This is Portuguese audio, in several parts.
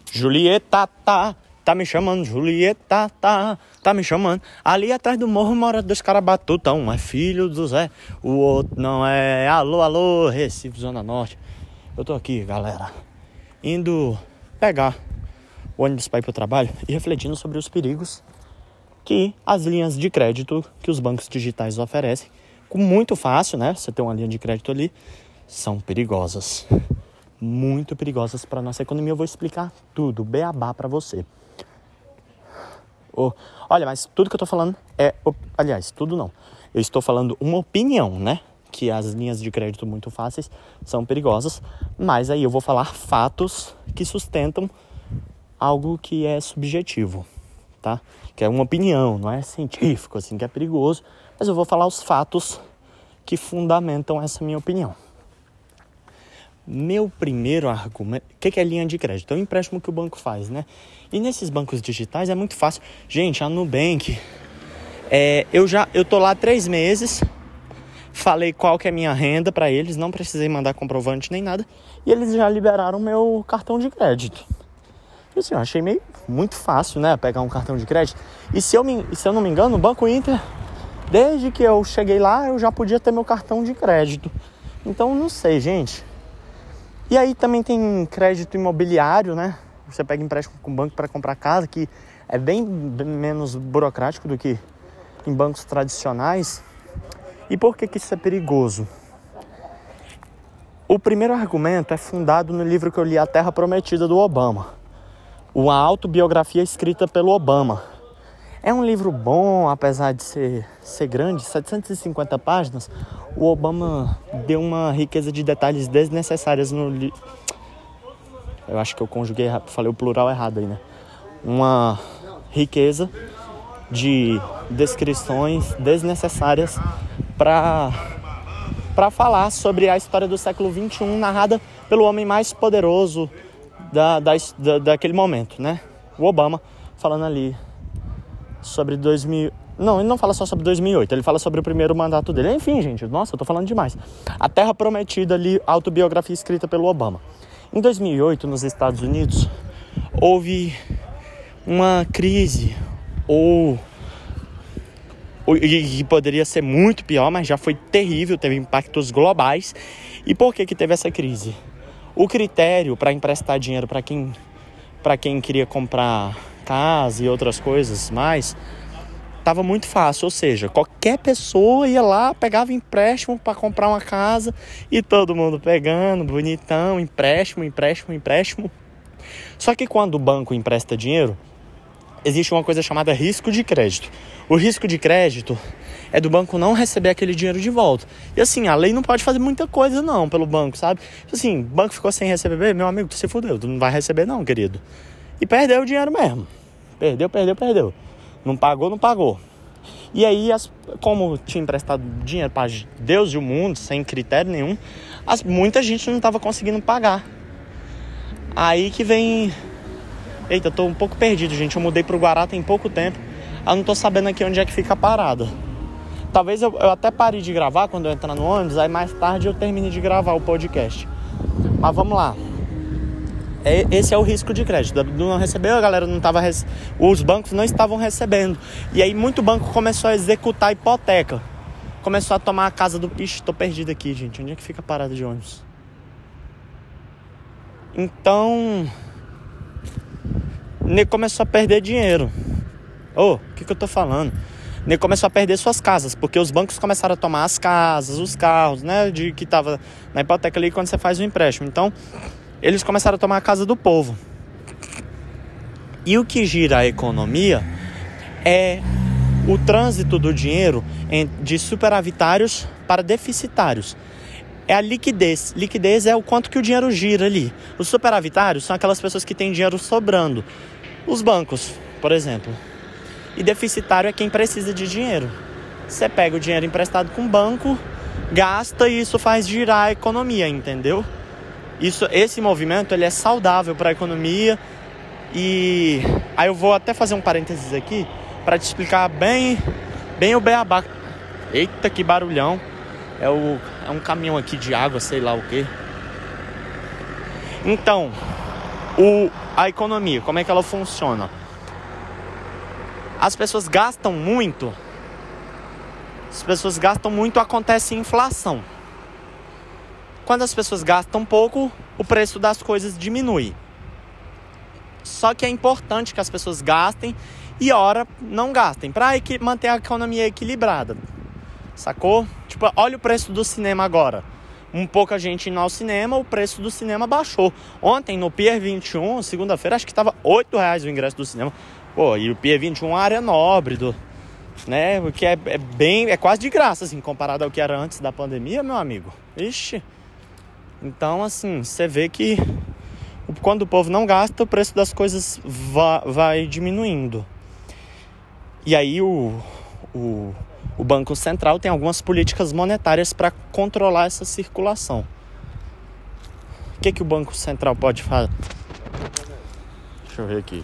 Julieta, tá me chamando, Julieta, tá me chamando. Ali atrás do morro mora dois caras batutão. Um é filho do Zé, o outro não é. Alô, alô, Recife, Zona Norte. Eu tô aqui, galera, indo pegar o ônibus para ir pro trabalho e refletindo sobre os perigos que as linhas de crédito que os bancos digitais oferecem. Com muito fácil, né? Você tem uma linha de crédito ali, são perigosas. Muito perigosas para nossa economia. Eu vou explicar tudo, beabá para você. Olha, mas tudo que eu tô falando é... Aliás, tudo não. Eu estou falando uma opinião, né? Que as linhas de crédito muito fáceis são perigosas. Mas aí eu vou falar fatos que sustentam algo que é subjetivo, tá? Que é uma opinião, não é científico, assim, que é perigoso. Mas eu vou falar os fatos que fundamentam essa minha opinião. Meu primeiro argumento... O que é linha de crédito? É o empréstimo que o banco faz, né? E nesses bancos digitais é muito fácil. Gente, a Nubank... Eu tô lá 3 meses. Falei qual que é a minha renda para eles. Não precisei mandar comprovante nem nada. E eles já liberaram meu cartão de crédito. E assim, eu achei muito fácil, né? Pegar um cartão de crédito. E se eu não me engano, o Banco Inter... Desde que eu cheguei lá, eu já podia ter meu cartão de crédito. Então, não sei, gente... E aí também tem crédito imobiliário, né? Você pega empréstimo com o banco para comprar casa, que é bem menos burocrático do que em bancos tradicionais. E por que isso é perigoso? O primeiro argumento é fundado no livro que eu li, A Terra Prometida, do Obama. Uma autobiografia escrita pelo Obama. É um livro bom, apesar de ser grande, 750 páginas. O Obama deu uma riqueza de detalhes desnecessárias no livro. Eu acho que eu conjuguei errado, falei o plural errado aí, né? Uma riqueza de descrições desnecessárias para falar sobre a história do século XXI, narrada pelo homem mais poderoso daquele momento, né? O Obama, falando ali sobre 2000... Não, ele não fala só sobre 2008, ele fala sobre o primeiro mandato dele. Enfim, gente, nossa, eu tô falando demais. A Terra Prometida ali, autobiografia escrita pelo Obama. Em 2008, nos Estados Unidos, houve uma crise, e poderia ser muito pior, mas já foi terrível, teve impactos globais. E por que teve essa crise? O critério para emprestar dinheiro para quem queria comprar casa e outras coisas mais, estava muito fácil, ou seja, qualquer pessoa ia lá, pegava empréstimo para comprar uma casa e todo mundo pegando, bonitão, empréstimo. Só que quando o banco empresta dinheiro, existe uma coisa chamada risco de crédito. O risco de crédito é do banco não receber aquele dinheiro de volta. E assim, a lei não pode fazer muita coisa não pelo banco, sabe? Assim, o banco ficou sem receber, meu amigo, tu se fudeu, tu não vai receber não, querido. E perdeu o dinheiro mesmo. Perdeu. Não pagou. E aí, como tinha emprestado dinheiro para Deus e o mundo, sem critério nenhum, muita gente não estava conseguindo pagar. Aí que vem... Eita, eu tô um pouco perdido, gente. Eu mudei pro Guará tem pouco tempo. Eu não tô sabendo aqui onde é que fica a parada. Talvez eu até pare de gravar quando eu entrar no ônibus, aí mais tarde eu termine de gravar o podcast. Mas vamos lá. Esse é o risco de crédito. Não recebeu, a galera não estava... Os bancos não estavam recebendo. E aí muito banco começou a executar hipoteca. Começou a tomar a casa do... Ixi, tô perdido aqui, gente. Onde é que fica a parada de ônibus? Então... Nego começou a perder dinheiro. O que eu tô falando? Nego começou a perder suas casas, porque os bancos começaram a tomar as casas, os carros, né? Que tava na hipoteca ali quando você faz o empréstimo. Então... Eles começaram a tomar a casa do povo. E o que gira a economia é o trânsito do dinheiro de superavitários para deficitários. É a liquidez. Liquidez é o quanto que o dinheiro gira ali. Os superavitários são aquelas pessoas que têm dinheiro sobrando. Os bancos, por exemplo. E deficitário é quem precisa de dinheiro. Você pega o dinheiro emprestado com o banco, gasta e isso faz girar a economia, entendeu? Esse movimento ele é saudável para a economia. E aí eu vou até fazer um parênteses aqui para te explicar bem o beabá. Eita, que barulhão. É um caminhão aqui de água, sei lá o que. Então, a economia, como é que ela funciona? As pessoas gastam muito, acontece inflação. Quando as pessoas gastam pouco, o preço das coisas diminui. Só que é importante que as pessoas gastem e ora não gastem, para manter a economia equilibrada. Sacou? Tipo, olha o preço do cinema agora. Pouca gente indo ao cinema, o preço do cinema baixou. Ontem, no Pier 21, segunda-feira, acho que estava R$8 o ingresso do cinema. Pô, e o Pier 21 é uma área nobre, né? O que é quase de graça, assim, comparado ao que era antes da pandemia, meu amigo. Ixi. Então, assim, você vê que quando o povo não gasta, o preço das coisas vai diminuindo. E aí o Banco Central tem algumas políticas monetárias para controlar essa circulação. O que o Banco Central pode fazer? Deixa eu ver aqui.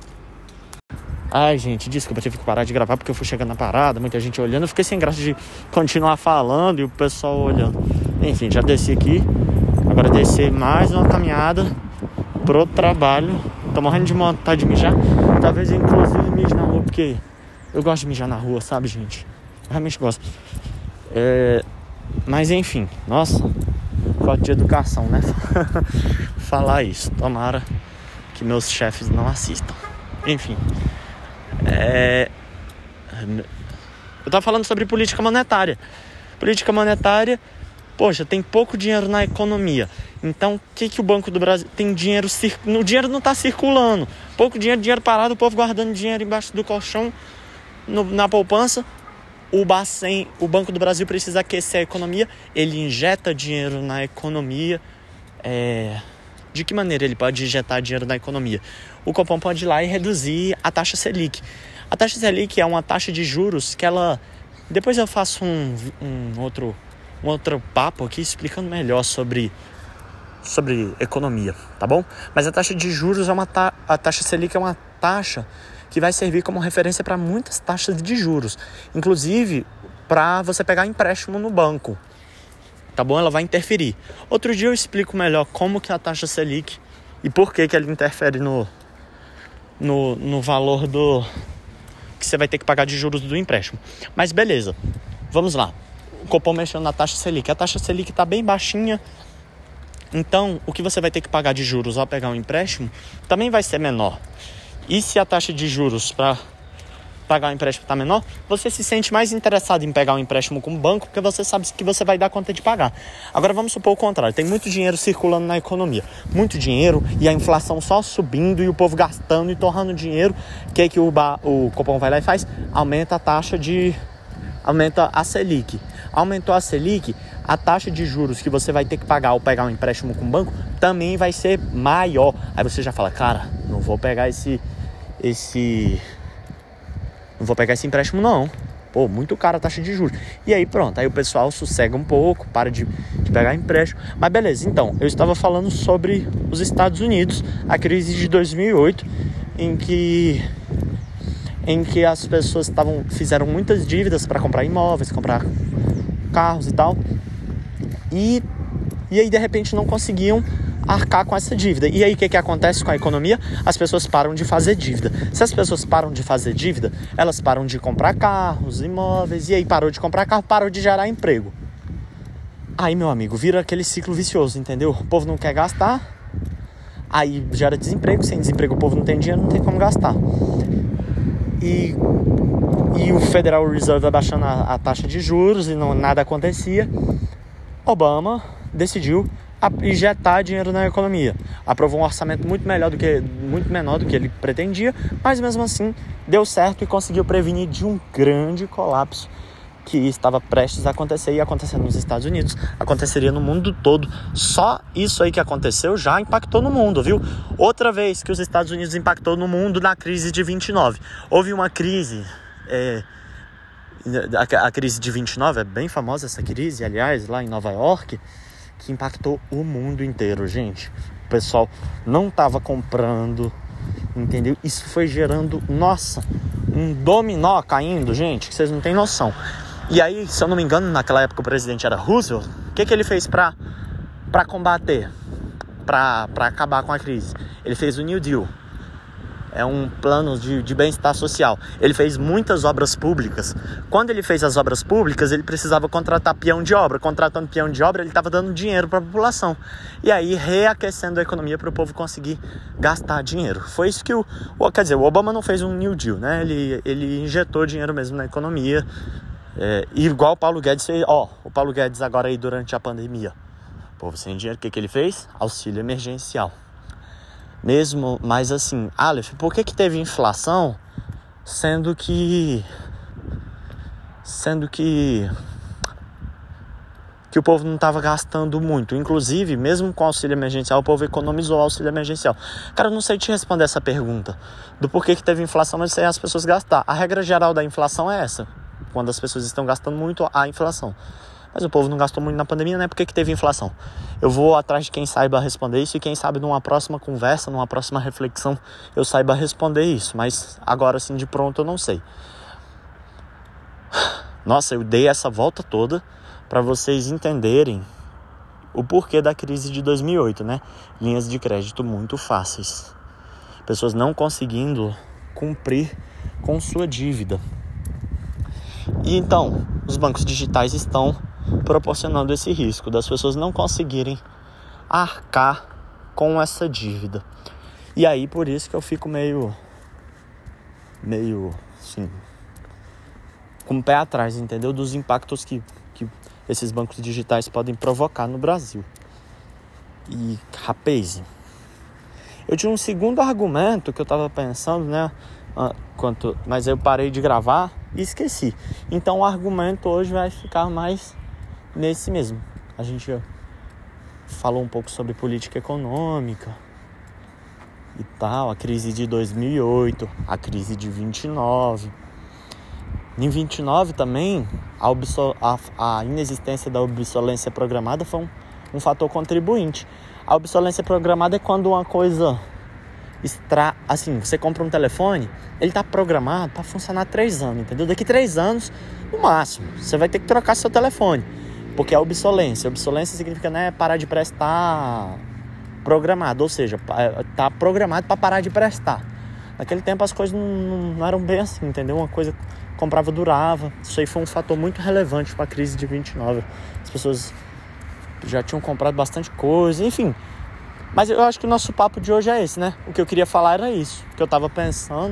Ai, gente, desculpa, eu tive que parar de gravar porque eu fui chegando na parada, muita gente olhando. Eu fiquei sem graça de continuar falando e o pessoal olhando. Enfim, já desci aqui. Agora descer mais uma caminhada pro trabalho. Tô morrendo de vontade de mijar. Talvez eu, inclusive, mije na rua, porque eu gosto de mijar na rua, sabe, gente? Eu realmente gosto. Mas enfim, nossa, falta de educação, né? Falar isso. Tomara que meus chefes não assistam. Enfim. Eu tava falando sobre política monetária. Política monetária, poxa, tem pouco dinheiro na economia. Então, o que o Banco do Brasil... Tem dinheiro... O dinheiro não tá circulando. Pouco dinheiro parado, o povo guardando dinheiro embaixo do colchão, na poupança. O Banco do Brasil precisa aquecer a economia. Ele injeta dinheiro na economia. De que maneira ele pode injetar dinheiro na economia? O Copom pode ir lá e reduzir a taxa Selic. A taxa Selic é uma taxa de juros que ela... Depois eu faço um outro papo aqui explicando melhor sobre economia, tá bom? Mas a taxa de juros a taxa Selic é uma taxa que vai servir como referência para muitas taxas de juros, inclusive para você pegar empréstimo no banco, tá bom? Ela vai interferir. Outro dia eu explico melhor como que é a taxa Selic e por que ela interfere no valor que você vai ter que pagar de juros do empréstimo. Mas beleza, vamos lá. O Copom mexendo na taxa Selic. A taxa Selic está bem baixinha. Então, o que você vai ter que pagar de juros ao pegar um empréstimo também vai ser menor. E se a taxa de juros para pagar um empréstimo está menor, você se sente mais interessado em pegar um empréstimo com o banco porque você sabe que você vai dar conta de pagar. Agora vamos supor o contrário. Tem muito dinheiro circulando na economia. Muito dinheiro e a inflação só subindo e o povo gastando e torrando dinheiro. O que o Copom vai lá e faz? Aumenta a Selic. Aumentou a Selic, a taxa de juros que você vai ter que pagar ao pegar um empréstimo com o banco também vai ser maior. Aí você já fala, cara, não vou pegar esse empréstimo não. Pô, muito caro a taxa de juros. E aí pronto, aí o pessoal sossega um pouco, para de pegar empréstimo. Mas beleza, então, eu estava falando sobre os Estados Unidos, a crise de 2008, em que as pessoas fizeram muitas dívidas para comprar imóveis, comprar carros e tal. E aí, de repente, não conseguiam arcar com essa dívida. E aí, o que acontece com a economia? As pessoas param de fazer dívida. Se as pessoas param de fazer dívida, elas param de comprar carros, imóveis. E aí, parou de comprar carro, parou de gerar emprego. Aí, meu amigo, vira aquele ciclo vicioso, entendeu? O povo não quer gastar, aí gera desemprego. Sem desemprego, o povo não tem dinheiro, não tem como gastar. E o Federal Reserve abaixando a taxa de juros e nada acontecia. Obama decidiu injetar dinheiro na economia. Aprovou um orçamento muito menor do que ele pretendia, mas mesmo assim deu certo e conseguiu prevenir de um grande colapso que estava prestes a acontecer e acontecendo nos Estados Unidos, aconteceria no mundo todo. Só isso aí que aconteceu já impactou no mundo, viu? Outra vez que os Estados Unidos impactou no mundo na crise de 29. Houve uma crise, a crise de 29, é bem famosa essa crise, aliás, lá em Nova York, que impactou o mundo inteiro, gente. O pessoal não estava comprando, entendeu? Isso foi gerando, nossa, um dominó caindo, gente, que vocês não têm noção. E aí, se eu não me engano, naquela época o presidente era Roosevelt. O que ele fez para combater? para acabar com a crise? Ele fez o New Deal. É um plano de bem-estar social. Ele fez muitas obras públicas. Quando ele fez as obras públicas, ele precisava contratar peão de obra. Contratando peão de obra, ele estava dando dinheiro para a população. E aí, reaquecendo a economia para o povo conseguir gastar dinheiro. Foi isso que o Obama não fez um New Deal, né? Ele injetou dinheiro mesmo na economia. Igual o Paulo Guedes fez. O Paulo Guedes agora aí durante a pandemia. O povo sem dinheiro, o que ele fez? Auxílio emergencial. Mesmo, mas assim, Aleph, por que teve inflação sendo que o povo não estava gastando muito? Inclusive, mesmo com auxílio emergencial, o povo economizou o auxílio emergencial. Cara, eu não sei te responder essa pergunta do porquê que teve inflação, mas sem as pessoas gastar. A regra geral da inflação é essa, quando as pessoas estão gastando muito, há inflação. Mas o povo não gastou muito na pandemia, né? Por que teve inflação? Eu vou atrás de quem saiba responder isso e quem sabe numa próxima conversa, numa próxima reflexão, eu saiba responder isso. Mas agora, assim, de pronto, eu não sei. Nossa, eu dei essa volta toda para vocês entenderem o porquê da crise de 2008, né? Linhas de crédito muito fáceis. Pessoas não conseguindo cumprir com sua dívida. E então, os bancos digitais estão proporcionando esse risco das pessoas não conseguirem arcar com essa dívida. E aí, por isso que eu fico meio assim, com o pé atrás, entendeu? Dos impactos que esses bancos digitais podem provocar no Brasil. E, rapaz, eu tinha um segundo argumento que eu tava pensando, né? Mas eu parei de gravar e esqueci. Então o argumento hoje vai ficar mais nesse mesmo. A gente falou um pouco sobre política econômica e tal, a crise de 2008, a crise de 29. Em 29 também, a inexistência da obsolescência programada foi um fator contribuinte. A obsolescência programada é quando uma coisa assim, você compra um telefone, ele tá programado para funcionar 3 anos, entendeu? Daqui 3 anos, no máximo, você vai ter que trocar seu telefone, porque é obsolescência. Obsolescência significa, né, parar de prestar programado, ou seja, tá programado para parar de prestar. Naquele tempo as coisas não eram bem assim, entendeu? Uma coisa comprava, durava. Isso aí foi um fator muito relevante para a crise de 29. As pessoas já tinham comprado bastante coisa, enfim. Mas eu acho que o nosso papo de hoje é esse, né? O que eu queria falar era isso, que eu tava pensando.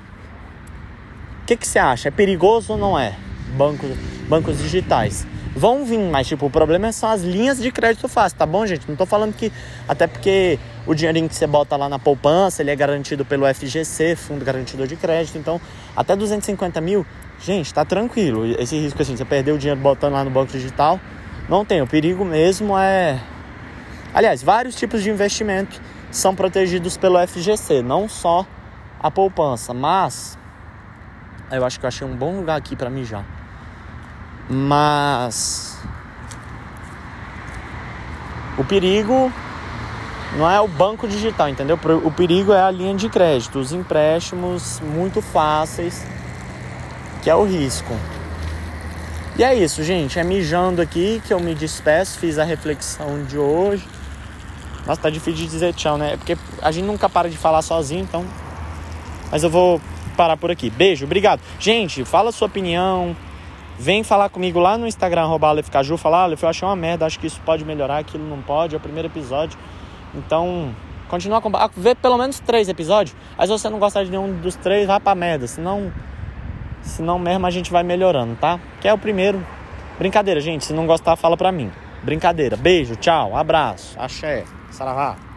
O que você acha? É perigoso ou não é? Bancos digitais vão vir, mas tipo, o problema são as linhas de crédito fácil, tá bom, gente? Não tô falando que... Até porque o dinheirinho que você bota lá na poupança, ele é garantido pelo FGC, Fundo Garantidor de Crédito. Então, até 250 mil, gente, tá tranquilo. Esse risco, assim, você perder o dinheiro botando lá no banco digital, não tem. O perigo mesmo é... Aliás, vários tipos de investimento são protegidos pelo FGC, não só a poupança, mas... Eu acho que eu achei um bom lugar aqui pra mijar. Mas... o perigo não é o banco digital, entendeu? O perigo é a linha de crédito, os empréstimos muito fáceis, que é o risco. E é isso, gente. É mijando aqui que eu me despeço, fiz a reflexão de hoje. Nossa, tá difícil de dizer tchau, né? Porque a gente nunca para de falar sozinho, então... Mas eu vou parar por aqui. Beijo, obrigado. Gente, fala a sua opinião. Vem falar comigo lá no Instagram, @AlephCaju. Fala, Aleph, eu achei uma merda, acho que isso pode melhorar, aquilo não pode. É o primeiro episódio. Então, continua a ver pelo menos 3 episódios. Aí se você não gostar de nenhum dos 3, vai pra merda. Senão mesmo a gente vai melhorando, tá? Que é o primeiro. Brincadeira, gente. Se não gostar, fala pra mim. Brincadeira. Beijo, tchau, abraço, axé, saravá.